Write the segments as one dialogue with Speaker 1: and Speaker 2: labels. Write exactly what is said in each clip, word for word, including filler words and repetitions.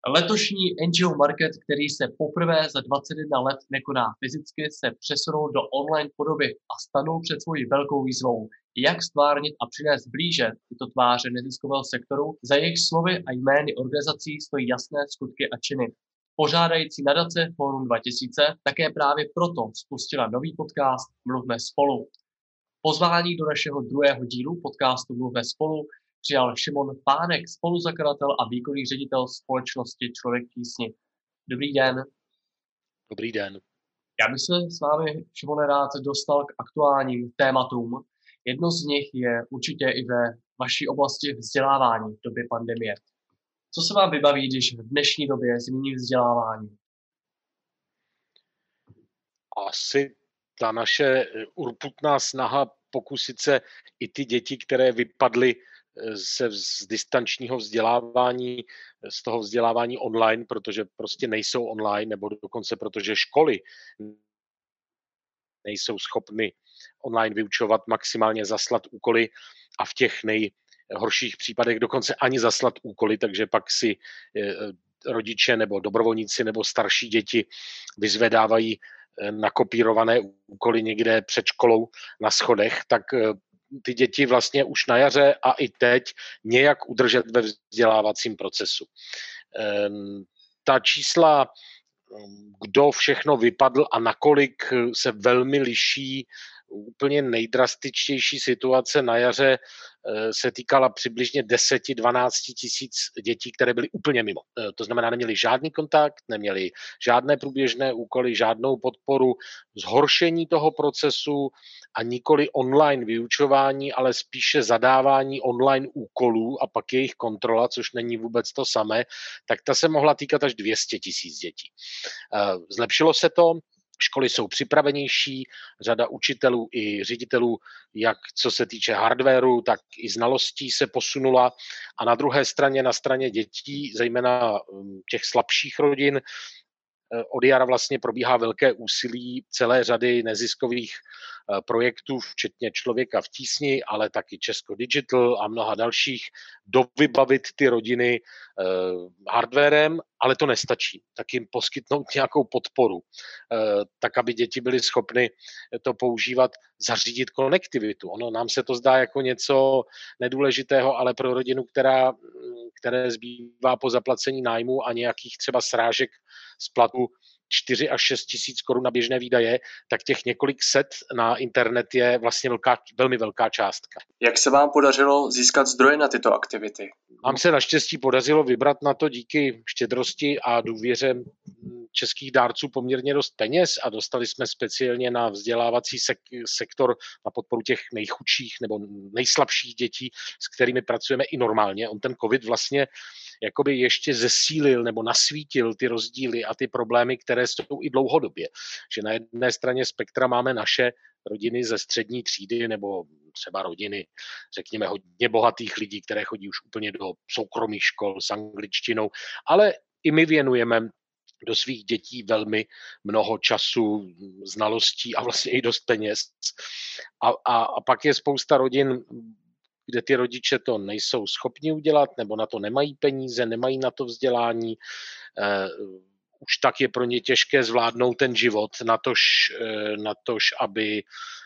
Speaker 1: Letošní N G O Market, který se poprvé za dvacet jedna let nekoná fyzicky, se přesunul do online podoby a stanul před svojí velkou výzvou, jak stvárnit a přinést blíže tyto tváře neziskového sektoru. Za jejich slovy a jmény organizací stojí jasné skutky a činy. Pořádající nadace Forum dva tisíce také právě proto spustila nový podcast Mluvme spolu. Pozvání do našeho druhého dílu podcastu Mluvme spolu přijal Šimon Pánek, spoluzakladatel a výkonný ředitel společnosti Člověk tísni. Dobrý den.
Speaker 2: Dobrý den.
Speaker 1: Já bych se s vámi, Šimone, rád dostal k aktuálním tématům. Jedno z nich je určitě i ve vaší oblasti vzdělávání v době pandemie. Co se vám vybaví, když v dnešní době zmíní vzdělávání?
Speaker 2: Asi ta naše urputná snaha pokusit se i ty děti, které vypadly se z distančního vzdělávání, z toho vzdělávání online, protože prostě nejsou online, nebo dokonce protože školy nejsou schopny online vyučovat, maximálně zaslat úkoly a v těch nejhorších případech dokonce ani zaslat úkoly, takže pak si rodiče nebo dobrovolníci nebo starší děti vyzvedávají nakopírované úkoly někde před školou na schodech, tak ty děti vlastně už na jaře a i teď nějak udržet ve vzdělávacím procesu. Ta čísla, kdo všechno vypadl a nakolik, se velmi liší. Úplně nejdrastičtější situace na jaře se týkala přibližně deset až dvanáct tisíc dětí, které byly úplně mimo. To znamená, neměli žádný kontakt, neměli žádné průběžné úkoly, žádnou podporu, zhoršení toho procesu a nikoli online vyučování, ale spíše zadávání online úkolů a pak jejich kontrola, což není vůbec to samé, tak ta se mohla týkat až dvě stě tisíc dětí. Zlepšilo se to. Školy jsou připravenější, řada učitelů i ředitelů, jak co se týče hardwaru, tak i znalostí se posunula. A na druhé straně, na straně dětí, zejména těch slabších rodin, od jara vlastně probíhá velké úsilí celé řady neziskových projektů, včetně Člověka v tísni, ale taky Česko Digital a mnoha dalších, dovybavit ty rodiny hardwarem, ale to nestačí. Tak jim poskytnout nějakou podporu, tak aby děti byly schopny to používat, zařídit konektivitu. Ono nám se to zdá jako něco nedůležitého, ale pro rodinu, která, které zbývá po zaplacení nájmu a nějakých třeba srážek z platu čtyři až šest tisíc korun na běžné výdaje, tak těch několik set na internet je vlastně velká, velmi velká částka.
Speaker 1: Jak se vám podařilo získat zdroje na tyto aktivity?
Speaker 2: Nám se naštěstí podařilo vybrat na to díky štědrosti a důvěře českých dárců poměrně dost peněz a dostali jsme speciálně na vzdělávací sek- sektor na podporu těch nejchudších nebo nejslabších dětí, s kterými pracujeme i normálně. On ten covid vlastně jakoby ještě zesílil nebo nasvítil ty rozdíly a ty problémy, které jsou i dlouhodobě. Že na jedné straně spektra máme naše rodiny ze střední třídy nebo třeba rodiny, řekněme, hodně bohatých lidí, které chodí už úplně do soukromých škol s angličtinou, ale i my věnujeme do svých dětí velmi mnoho času, znalostí a vlastně i dost peněz. A, a, a pak je spousta rodin, kde ty rodiče to nejsou schopni udělat, nebo na to nemají peníze, nemají na to vzdělání. Eh, už tak je pro ně těžké zvládnout ten život, natož, eh, natož aby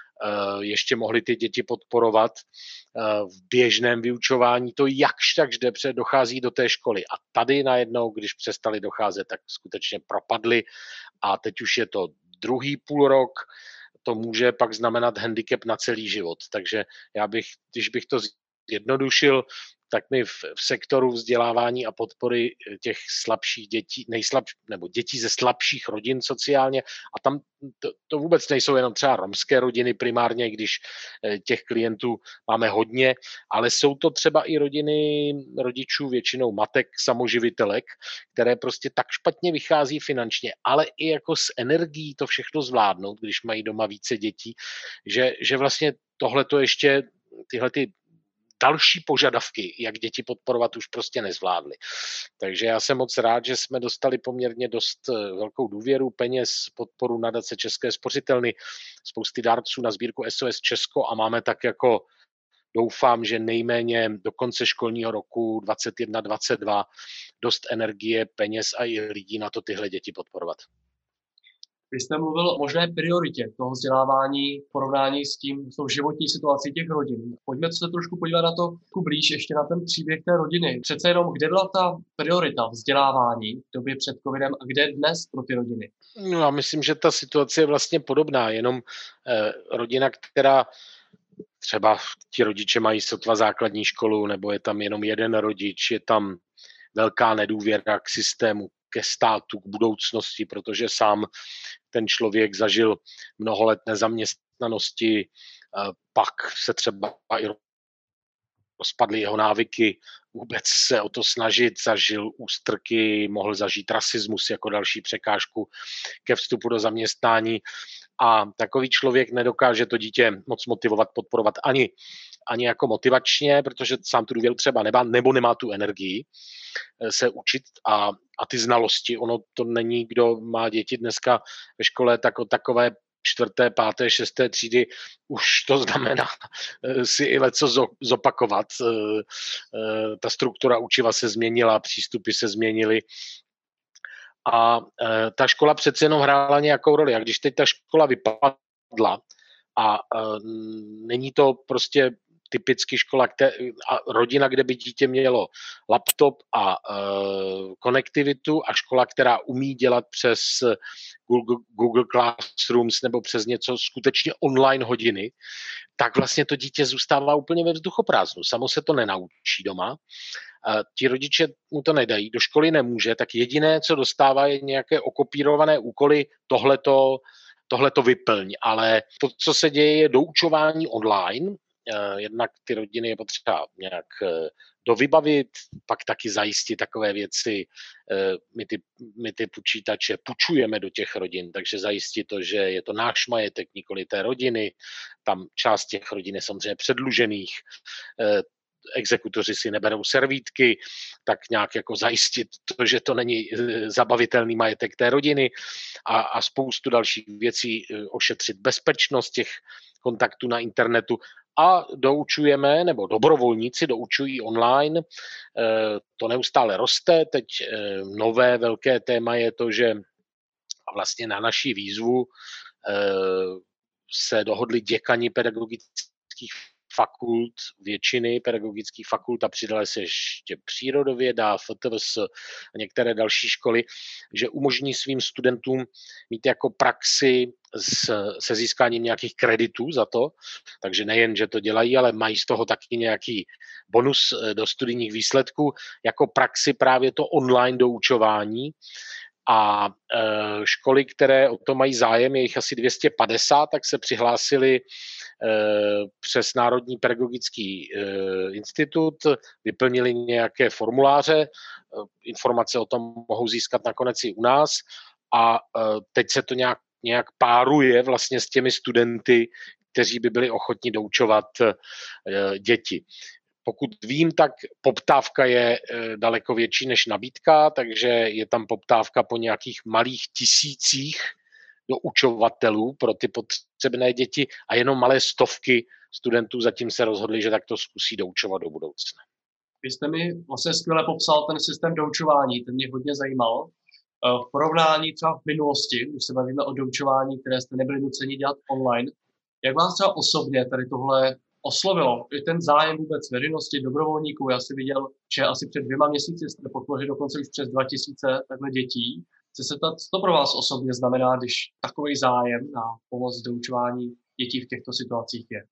Speaker 2: eh, ještě mohli ty děti podporovat eh, v běžném vyučování. To jakž takž dobře dochází do té školy. A tady najednou, když přestali docházet, tak skutečně propadli. A teď už je to druhý půl rok, to může pak znamenat handicap na celý život. Takže já bych, když bych to zjednodušil, tak my v, v sektoru vzdělávání a podpory těch slabších dětí, nejslabší, nebo dětí ze slabších rodin sociálně, a tam to, to vůbec nejsou jenom třeba romské rodiny primárně, když těch klientů máme hodně, ale jsou to třeba i rodiny rodičů, většinou matek, samoživitelek, které prostě tak špatně vychází finančně, ale i jako s energií to všechno zvládnout, když mají doma více dětí, že, že vlastně tohle to ještě, tyhle ty další požadavky, jak děti podporovat, už prostě nezvládli. Takže já jsem moc rád, že jsme dostali poměrně dost velkou důvěru, peněz, podporu nadace České spořitelny, spousty dárců na sbírku S O S Česko a máme tak jako doufám, že nejméně do konce školního roku dvacet jedna dvacet dva dost energie, peněz a i lidí na to tyhle děti podporovat.
Speaker 1: Vy jste mluvil o možné prioritě toho vzdělávání v porovnání s tím, s tou životní situací těch rodin. Pojďme se trošku podívat na to blíž, ještě na ten příběh té rodiny. Přece jenom, kde byla ta priorita vzdělávání v době před covidem a kde dnes pro ty rodiny?
Speaker 2: No, já myslím, že ta situace je vlastně podobná, jenom eh, rodina, která třeba ti rodiče mají sotva základní školu, nebo je tam jenom jeden rodič, je tam velká nedůvěra k systému, ke státu, k budoucnosti, protože sám ten člověk zažil mnoho let nezaměstnanosti, pak se třeba i rozpadly jeho návyky, vůbec se o to snažit, zažil ústrky, mohl zažít rasismus jako další překážku ke vstupu do zaměstnání a takový člověk nedokáže to dítě moc motivovat, podporovat ani, ani jako motivačně, protože sám tu důvěru třeba nemá, nebo nemá tu energii se učit a, a ty znalosti. Ono to není, kdo má děti dneska ve škole, tak o takové čtvrté, páté, šesté třídy už to znamená si i leco zopakovat. Ta struktura učiva se změnila, přístupy se změnily a ta škola přece jenom hrála nějakou roli. A když teď ta škola vypadla a není to prostě typicky škola kde, a rodina, kde by dítě mělo laptop a uh, konektivitu a škola, která umí dělat přes Google, Google Classrooms nebo přes něco skutečně online hodiny, tak vlastně to dítě zůstává úplně ve vzduchoprázdnu. Samo se to nenaučí doma. Uh, ti rodiče mu to nedají, do školy nemůže, tak jediné, co dostává, je nějaké okopírované úkoly, tohleto, tohleto vyplň. Ale to, co se děje, je doučování online. Jednak ty rodiny je potřeba nějak dovybavit, pak taky zajistit takové věci. My ty, my ty počítače půjčujeme do těch rodin, takže zajistit to, že je to náš majetek, nikoli té rodiny. Tam část těch rodin je samozřejmě předlužených. Exekutoři si neberou servítky, tak nějak jako zajistit to, že to není zabavitelný majetek té rodiny a, a spoustu dalších věcí, ošetřit bezpečnost těch kontaktů na internetu. A doučujeme, nebo dobrovolníci doučují online, to neustále roste. Teď nové velké téma je to, že vlastně na naši výzvu se dohodli děkani pedagogických fakult, většiny pedagogických fakult a přidala se ještě přírodověda, F T V S a některé další školy, že umožní svým studentům mít jako praxi s, se získáním nějakých kreditů za to, takže nejen, že to dělají, ale mají z toho taky nějaký bonus do studijních výsledků, jako praxi právě to online doučování. A e, školy, které o to mají zájem, je jich asi dvě stě padesát, tak se přihlásili e, přes Národní pedagogický e, institut, vyplnili nějaké formuláře, e, informace o tom mohou získat nakonec i u nás a e, teď se to nějak, nějak páruje vlastně s těmi studenty, kteří by byli ochotni doučovat e, děti. Pokud vím, tak poptávka je daleko větší než nabídka, takže je tam poptávka po nějakých malých tisících doučovatelů pro ty potřebné děti a jenom malé stovky studentů zatím se rozhodli, že tak to zkusí doučovat do budoucna.
Speaker 1: Vy jste mi vlastně skvěle popsal ten systém doučování, ten mě hodně zajímal. V porovnání třeba v minulosti, když se bavíme o doučování, které jste nebyli nuceni dělat online, jak vás třeba osobně tady tohle oslovilo? I ten zájem vůbec veřejnosti, dobrovolníků, já si viděl, že asi před dvěma měsíci jste podpořili dokonce už přes dva tisíce takhle dětí. Chci se ptat, co to pro vás osobně znamená, když takový zájem na pomoc doučování dětí v těchto situacích je?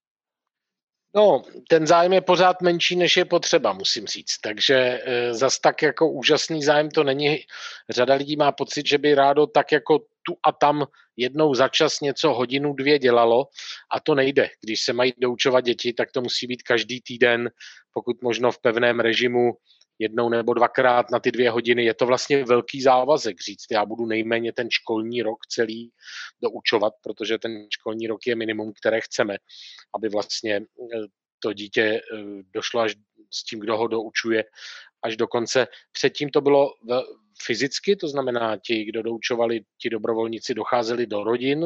Speaker 2: No, ten zájem je pořád menší, než je potřeba, musím říct. Takže e, zas tak jako úžasný zájem to není. Řada lidí má pocit, že by rádo tak jako tu a tam jednou za čas něco hodinu, dvě dělalo a to nejde. Když se mají doučovat děti, tak to musí být každý týden, pokud možno v pevném režimu, jednou nebo dvakrát na ty dvě hodiny. Je to vlastně velký závazek říct, já budu nejméně ten školní rok celý doučovat, protože ten školní rok je minimum, které chceme, aby vlastně to dítě došlo až s tím, kdo ho doučuje, až do konce. Předtím to bylo fyzicky, to znamená ti, kdo doučovali, ti dobrovolníci docházeli do rodin.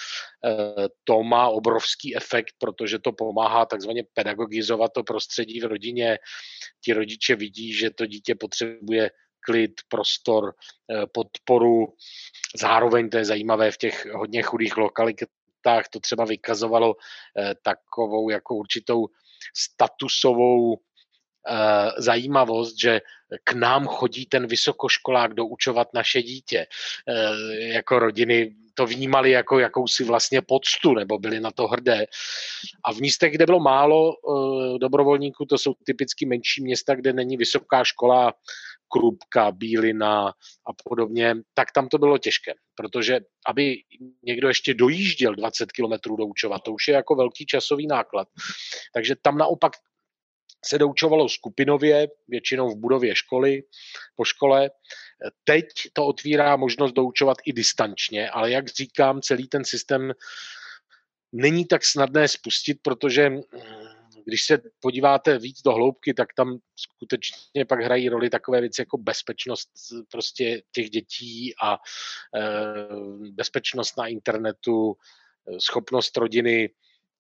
Speaker 2: To má obrovský efekt, protože to pomáhá takzvaně pedagogizovat to prostředí v rodině. Ti rodiče vidí, že to dítě potřebuje klid, prostor, podporu. Zároveň to je zajímavé v těch hodně chudých lokalitách, to třeba vykazovalo takovou jako určitou statusovou zajímavost, že k nám chodí ten vysokoškolák doučovat naše dítě. Jako rodiny to vnímali jako jakousi vlastně poctu, nebo byli na to hrdé. A v místech, kde bylo málo dobrovolníků, to jsou typicky menší města, kde není vysoká škola, Krupka, Bílina a podobně, tak tam to bylo těžké, protože aby někdo ještě dojížděl dvacet kilometrů doučovat, to už je jako velký časový náklad. Takže tam naopak se doučovalo skupinově, většinou v budově školy, po škole. Teď to otvírá možnost doučovat i distančně, ale jak říkám, celý ten systém není tak snadné spustit, protože když se podíváte víc do hloubky, tak tam skutečně pak hrají roli takové věci jako bezpečnost prostě těch dětí a e, bezpečnost na internetu, schopnost rodiny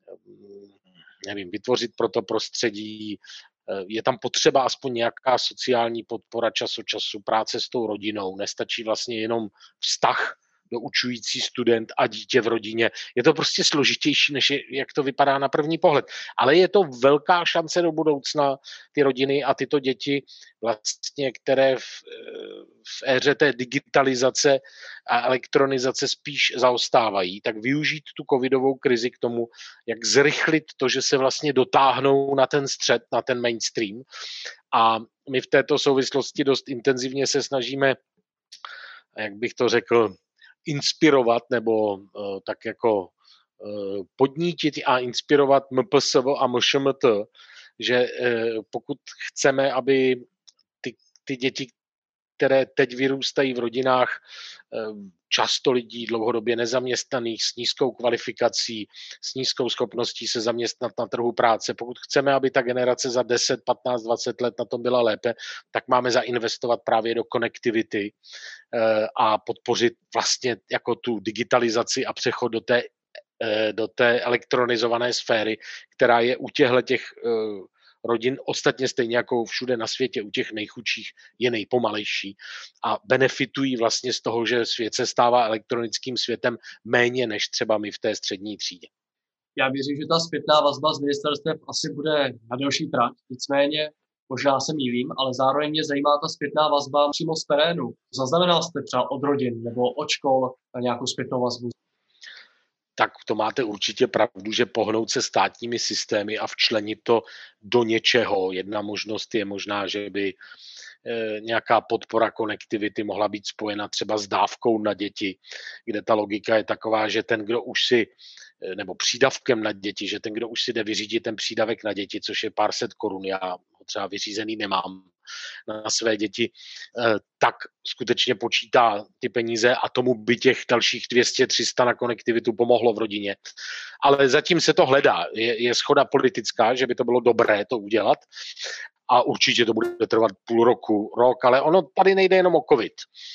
Speaker 2: nevím, vytvořit pro to prostředí. Je tam potřeba aspoň nějaká sociální podpora čas od času, práce s tou rodinou. Nestačí vlastně jenom vztah doučující student a dítě v rodině. Je to prostě složitější, než je, jak to vypadá na první pohled. Ale je to velká šance do budoucna, ty rodiny a tyto děti, vlastně, které v, v éře té digitalizace a elektronizace spíš zaostávají, tak využít tu covidovou krizi k tomu, jak zrychlit to, že se vlastně dotáhnou na ten střed, na ten mainstream. A my v této souvislosti dost intenzivně se snažíme, jak bych to řekl, inspirovat nebo uh, tak jako uh, podnítit a inspirovat M P S V a M Š M T, že uh, pokud chceme, aby ty, ty děti, které teď vyrůstají v rodinách uh, často lidí dlouhodobě nezaměstnaných, s nízkou kvalifikací, s nízkou schopností se zaměstnat na trhu práce. Pokud chceme, aby ta generace za deset, patnáct, dvacet let na tom byla lépe, tak máme zainvestovat právě do konektivity a podpořit vlastně jako tu digitalizaci a přechod do té, do té elektronizované sféry, která je u těchto těch rodin, ostatně stejně jako všude na světě, u těch nejchudších je nejpomalejší a benefitují vlastně z toho, že svět se stává elektronickým světem méně než třeba my v té střední třídě.
Speaker 1: Já věřím, že ta zpětná vazba z ministerstev asi bude na delší trať, nicméně možná se mýlím, ale zároveň mě zajímá ta zpětná vazba přímo z terénu. Zaznamenal jste třeba od rodin nebo od škol nějakou zpětnou vazbu?
Speaker 2: Tak to máte určitě pravdu, že pohnout se státními systémy a včlenit to do něčeho. Jedna možnost je možná, že by nějaká podpora konektivity mohla být spojena třeba s dávkou na děti, kde ta logika je taková, že ten, kdo už si, nebo přídavkem na děti, že ten, kdo už si jde vyřídit ten přídavek na děti, což je pár set korun, já ho třeba vyřízený nemám na své děti, tak skutečně počítá ty peníze a tomu by těch dalších dvě stě tři sta na konektivitu pomohlo v rodině. Ale zatím se to hledá. Je, je shoda politická, že by to bylo dobré to udělat a určitě to bude trvat půl roku, rok, ale ono tady nejde jenom o covid.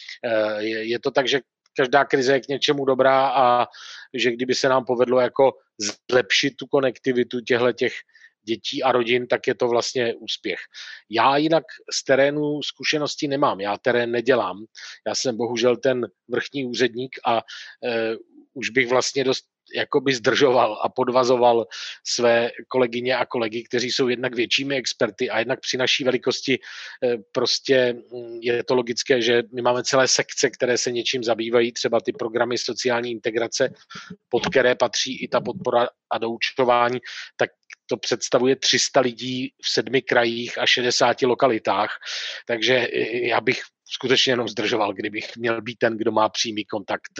Speaker 2: Je, je to tak, že každá krize je k něčemu dobrá a že kdyby se nám povedlo jako zlepšit tu konektivitu těchto těch dětí a rodin, tak je to vlastně úspěch. Já jinak z terénu zkušenosti nemám, já terén nedělám. Já jsem bohužel ten vrchní úředník a e, už bych vlastně dost jakoby zdržoval a podvazoval své kolegyně a kolegy, kteří jsou jednak většími experty a jednak při naší velikosti prostě je to logické, že my máme celé sekce, které se něčím zabývají, třeba ty programy sociální integrace, pod které patří i ta podpora a doučování, tak to představuje tři sta lidí v sedmi krajích a šedesáti lokalitách. Takže já bych skutečně jenom zdržoval, kdybych měl být ten, kdo má přímý kontakt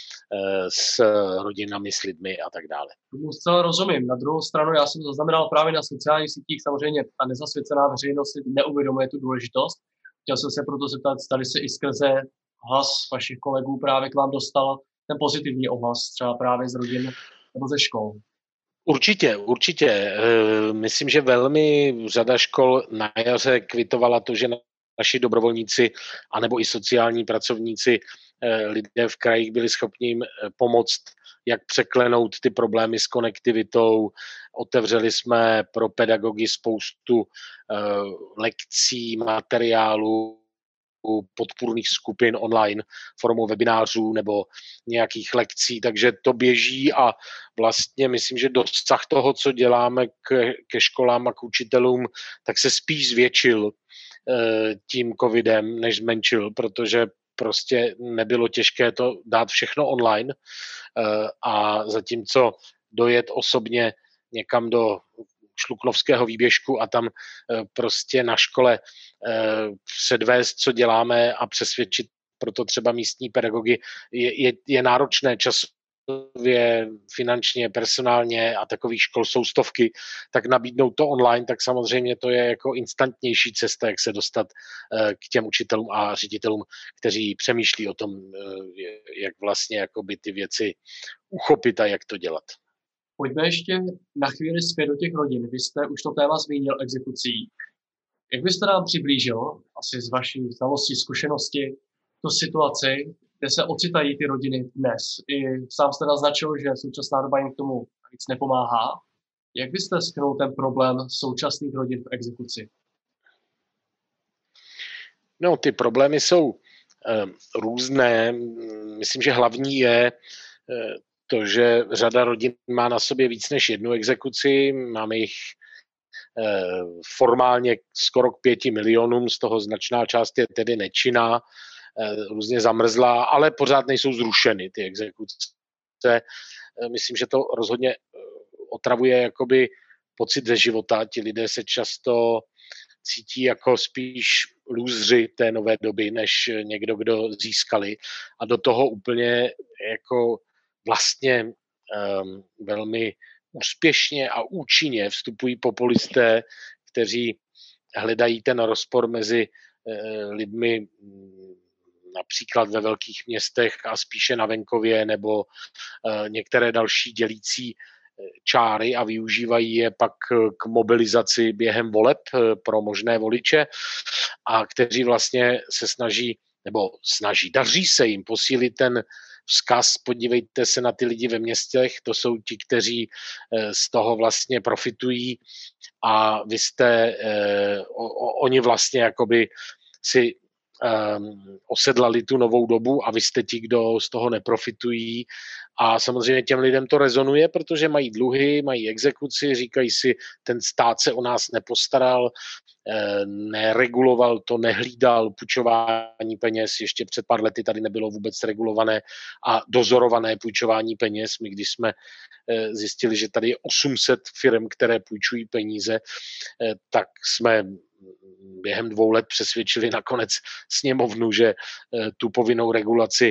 Speaker 2: s rodinami, s lidmi a tak dále.
Speaker 1: Tomu zcela rozumím. Na druhou stranu já jsem zaznamenal právě na sociálních sítích, samozřejmě ta nezasvěcená veřejnost si neuvědomuje tu důležitost. Chtěl jsem se proto zeptat, tady se i skrze hlas vašich kolegů právě k vám dostal ten pozitivní ohlas, třeba právě z rodin nebo ze škol.
Speaker 2: Určitě, určitě. Eh, Myslím, že velmi řada škol na jaře kvitovala to, že naši dobrovolníci anebo i sociální pracovníci, eh, lidé v krajích byli schopni jim eh, pomoct, jak překlenout ty problémy s konektivitou. Otevřeli jsme pro pedagogy spoustu eh, lekcí, materiálů, podpůrných skupin online formou webinářů nebo nějakých lekcí, takže to běží a vlastně myslím, že dosah toho, co děláme ke, ke školám a k učitelům, tak se spíš zvětšil eh, tím covidem, než zmenšil, protože prostě nebylo těžké to dát všechno online eh, a zatímco dojet osobně někam do Šluknovského výběžku a tam eh, prostě na škole eh, předvést, co děláme a přesvědčit proto třeba místní pedagogy je, je, je náročné časově, finančně, personálně a takových škol jsou stovky, tak nabídnout to online, tak samozřejmě to je jako instantnější cesta, jak se dostat eh, k těm učitelům a ředitelům, kteří přemýšlí o tom, eh, jak vlastně jakoby ty věci uchopit a jak to dělat.
Speaker 1: Pojďme ještě na chvíli zpět do těch rodin. Vy jste už to téma zmínil exekucí. Jak byste nám přiblížil, asi z vaší znalosti, zkušenosti, tu situaci, kde se ocitají ty rodiny dnes? I sám jste naznačil, že současná doba jim k tomu nic nepomáhá. Jak byste shrnul ten problém současných rodin v exekuci?
Speaker 2: No, ty problémy jsou eh, různé. Myslím, že hlavní je eh, to, že řada rodin má na sobě víc než jednu exekuci. Máme jich eh, formálně skoro k pěti milionům, z toho značná část je tedy nečinná, eh, různě zamrzlá, ale pořád nejsou zrušeny ty exekuce. Eh, myslím, že to rozhodně eh, otravuje jakoby pocit ze života. Ti lidé se často cítí jako spíš lůzři té nové doby, než někdo, kdo získali. A do toho úplně jako vlastně um, velmi úspěšně a účinně vstupují populisté, kteří hledají ten rozpor mezi uh, lidmi například ve velkých městech a spíše na venkově, nebo uh, některé další dělící čáry a využívají je pak k mobilizaci během voleb pro možné voliče a kteří vlastně se snaží, nebo snaží, daří se jim posílit ten vzkaz, podívejte se na ty lidi ve městech, to jsou ti, kteří z toho vlastně profitují a vy jste, o, o, oni vlastně jakoby si um, osedlali tu novou dobu a vy jste ti, kdo z toho neprofitují. A samozřejmě těm lidem to rezonuje, protože mají dluhy, mají exekuci, říkají si, ten stát se o nás nepostaral, nereguloval to, nehlídal půjčování peněz. Ještě před pár lety tady nebylo vůbec regulované a dozorované půjčování peněz. My když jsme zjistili, že tady je osm set firm, které půjčují peníze, tak jsme během dvou let přesvědčili nakonec sněmovnu, že tu povinnou regulaci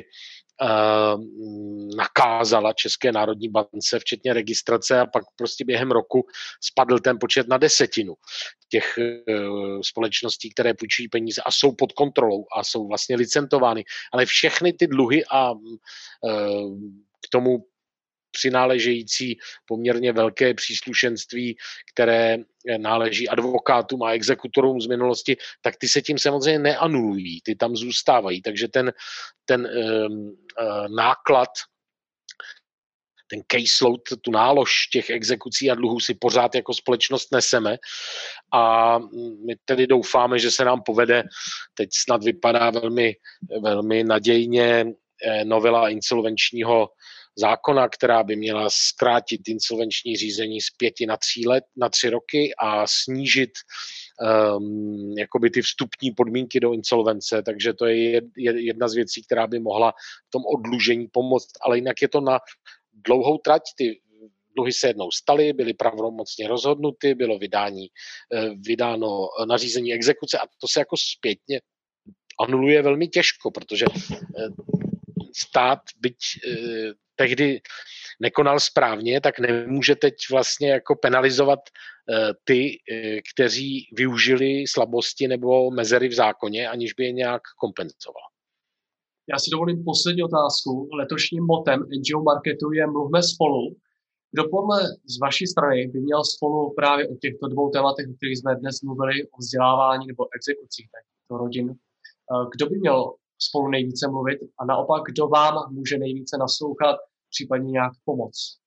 Speaker 2: nakázala České národní bance, včetně registrace, a pak prostě během roku spadl ten počet na desetinu těch společností, které půjčují peníze a jsou pod kontrolou a jsou vlastně licentovány. Ale všechny ty dluhy a k tomu přináležející poměrně velké příslušenství, které náleží advokátům a exekutorům z minulosti, tak ty se tím samozřejmě neanulují, ty tam zůstávají. Takže ten, ten um, náklad, ten caseload, tu nálož těch exekucí a dluhů si pořád jako společnost neseme a my tedy doufáme, že se nám povede, teď snad vypadá velmi, velmi nadějně, novela insolvenčního zákona, která by měla zkrátit insolvenční řízení z pěti na tři let, na tři roky a snížit um, jakoby ty vstupní podmínky do insolvence, takže to je jedna z věcí, která by mohla v tom odlužení pomoct, ale jinak je to na dlouhou trať. Ty dluhy se jednou staly, byly pravomocně rozhodnuty, bylo vydání, vydáno nařízení exekuce a to se jako zpětně anuluje velmi těžko, protože stát, byť eh, tehdy nekonal správně, tak nemůže teď vlastně jako penalizovat eh, ty, eh, kteří využili slabosti nebo mezery v zákoně, aniž by je nějak kompenzoval.
Speaker 1: Já si dovolím poslední otázku. Letošním motem N G O Marketu je Mluvme spolu. Kdo podle z vaší strany by měl spolu právě o těchto dvou tématech, o kterých jsme dnes mluvili, o vzdělávání nebo exekucích těchto rodin, kdo by měl spolu nejvíce mluvit a naopak, kdo vám může nejvíce naslouchat, případně nějak pomoct?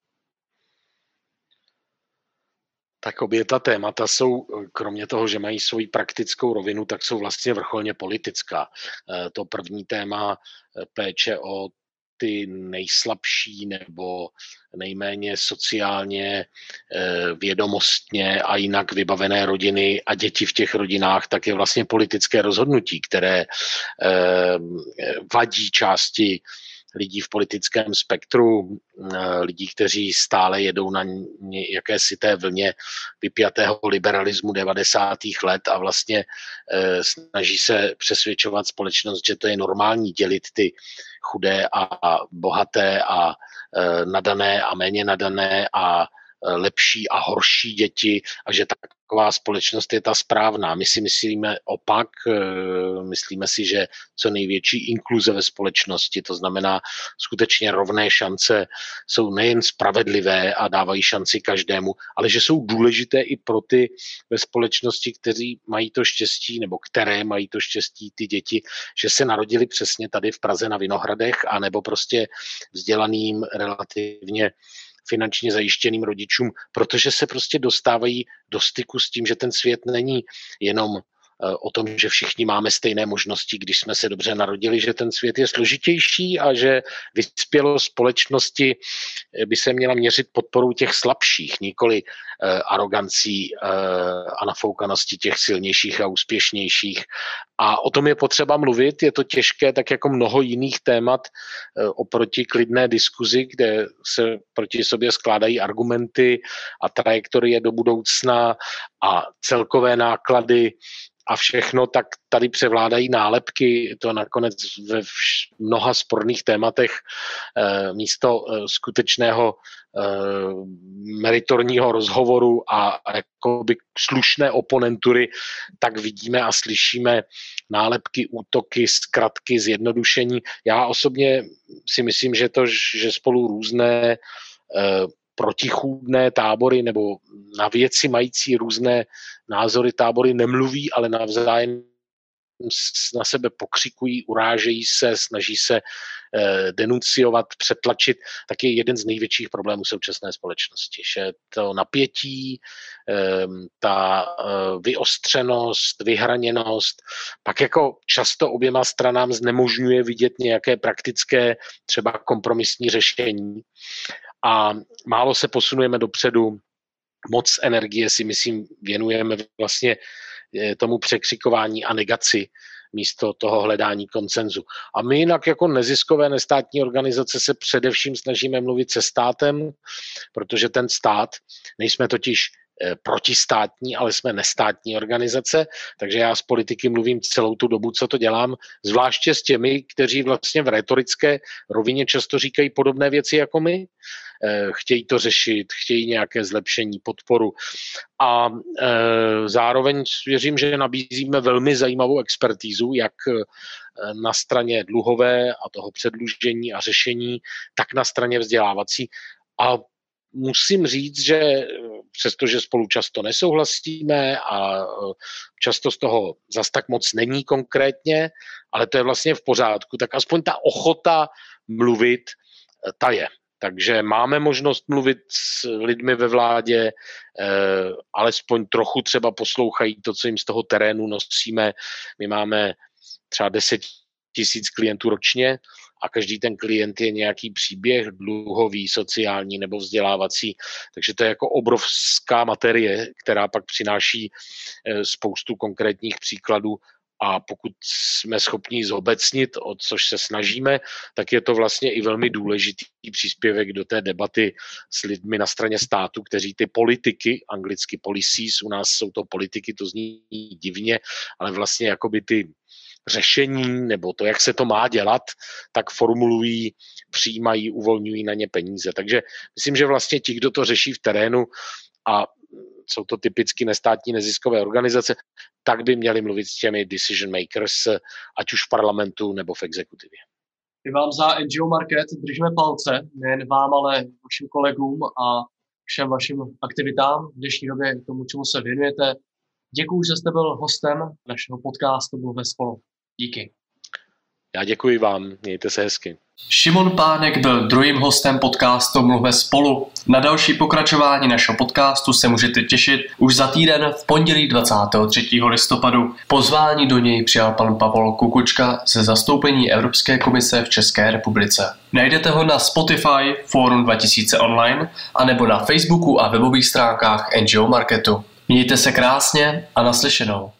Speaker 2: Tak obě ta témata jsou, kromě toho, že mají svoji praktickou rovinu, tak jsou vlastně vrcholně politická. To první téma péče o ty nejslabší nebo nejméně sociálně, vědomostně a jinak vybavené rodiny a děti v těch rodinách, tak je vlastně politické rozhodnutí, které vadí části lidí v politickém spektru, lidí, kteří stále jedou na jakési té vlně vypjatého liberalismu devadesátých let a vlastně snaží se přesvědčovat společnost, že to je normální dělit ty chudé a bohaté a nadané a méně nadané a lepší a horší děti a že taková společnost je ta správná. My si myslíme opak, myslíme si, že co největší inkluze ve společnosti, to znamená skutečně rovné šance, jsou nejen spravedlivé a dávají šanci každému, ale že jsou důležité i pro ty ve společnosti, kteří mají to štěstí, nebo které mají to štěstí, ty děti, že se narodili přesně tady v Praze na Vinohradech, anebo prostě vzdělaným relativně finančně zajištěným rodičům, protože se prostě dostávají do styku s tím, že ten svět není jenom o tom, že všichni máme stejné možnosti, když jsme se dobře narodili, že ten svět je složitější a že vyspělost společnosti by se měla měřit podporou těch slabších, nikoli arogancí a nafoukanosti těch silnějších a úspěšnějších. A o tom je potřeba mluvit, je to těžké, tak jako mnoho jiných témat oproti klidné diskuzi, kde se proti sobě skládají argumenty a trajektorie do budoucna a celkové náklady a všechno, tak tady převládají nálepky, to nakonec ve mnoha sporných tématech místo skutečného meritorního rozhovoru a jakoby slušné oponentury, tak vidíme a slyšíme nálepky, útoky, zkratky, zjednodušení. Já osobně si myslím, že to, že spolu různé protichůdné tábory nebo na věci mající různé názory tábory nemluví, ale navzájem na sebe pokřikují, urážejí se, snaží se eh, denunciovat, přetlačit, tak je jeden z největších problémů současné společnosti. Že to napětí, eh, ta eh, vyostřenost, vyhraněnost, pak jako často oběma stranám znemožňuje vidět nějaké praktické, třeba kompromisní řešení. A málo se posunujeme dopředu, moc energie si myslím věnujeme vlastně tomu překřikování a negaci místo toho hledání konsenzu. A my jinak jako neziskové nestátní organizace se především snažíme mluvit se státem, protože ten stát, nejsme totiž protistátní, ale jsme nestátní organizace, takže já s politiky mluvím celou tu dobu, co to dělám, zvláště s těmi, kteří vlastně v rétorické rovině často říkají podobné věci jako my, chtějí to řešit, chtějí nějaké zlepšení, podporu a e, zároveň věřím, že nabízíme velmi zajímavou expertízu, jak na straně dluhové a toho předlužení a řešení, tak na straně vzdělávací. A musím říct, že přestože spolu často nesouhlasíme a často z toho zas tak moc není konkrétně, ale to je vlastně v pořádku, tak aspoň ta ochota mluvit, ta je. Takže máme možnost mluvit s lidmi ve vládě, eh, alespoň trochu třeba poslouchají to, co jim z toho terénu nosíme. My máme třeba deset tisíc klientů ročně a každý ten klient je nějaký příběh dluhový, sociální nebo vzdělávací. Takže to je jako obrovská materie, která pak přináší eh, spoustu konkrétních příkladů. A pokud jsme schopni zobecnit, o což se snažíme, tak je to vlastně i velmi důležitý příspěvek do té debaty s lidmi na straně státu, kteří ty politiky, anglicky policies, u nás jsou to politiky, to zní divně, ale vlastně jakoby ty řešení nebo to, jak se to má dělat, tak formulují, přijímají, uvolňují na ně peníze. Takže myslím, že vlastně ti, kdo to řeší v terénu a jsou to typicky nestátní neziskové organizace, tak by měli mluvit s těmi decision makers, ať už v parlamentu nebo v exekutivě.
Speaker 1: My vám za N G O Market držíme palce, nejen vám, ale vašim kolegům a všem vašim aktivitám v dnešní době, k tomu, čemu se věnujete. Děkuji, že jste byl hostem našeho podcastu Mluvme spolu. Díky.
Speaker 2: Já děkuji vám, mějte se hezky.
Speaker 1: Šimon Pánek byl druhým hostem podcastu Mluvme spolu. Na další pokračování našeho podcastu se můžete těšit už za týden v pondělí dvacátého třetího listopadu. Pozvání do něj přijal pan Pavol Kukučka ze zastoupení Evropské komise v České republice. Najdete ho na Spotify, Fórum dva tisíce online, anebo na Facebooku a webových stránkách N G O Marketu. Mějte se krásně a naslyšenou.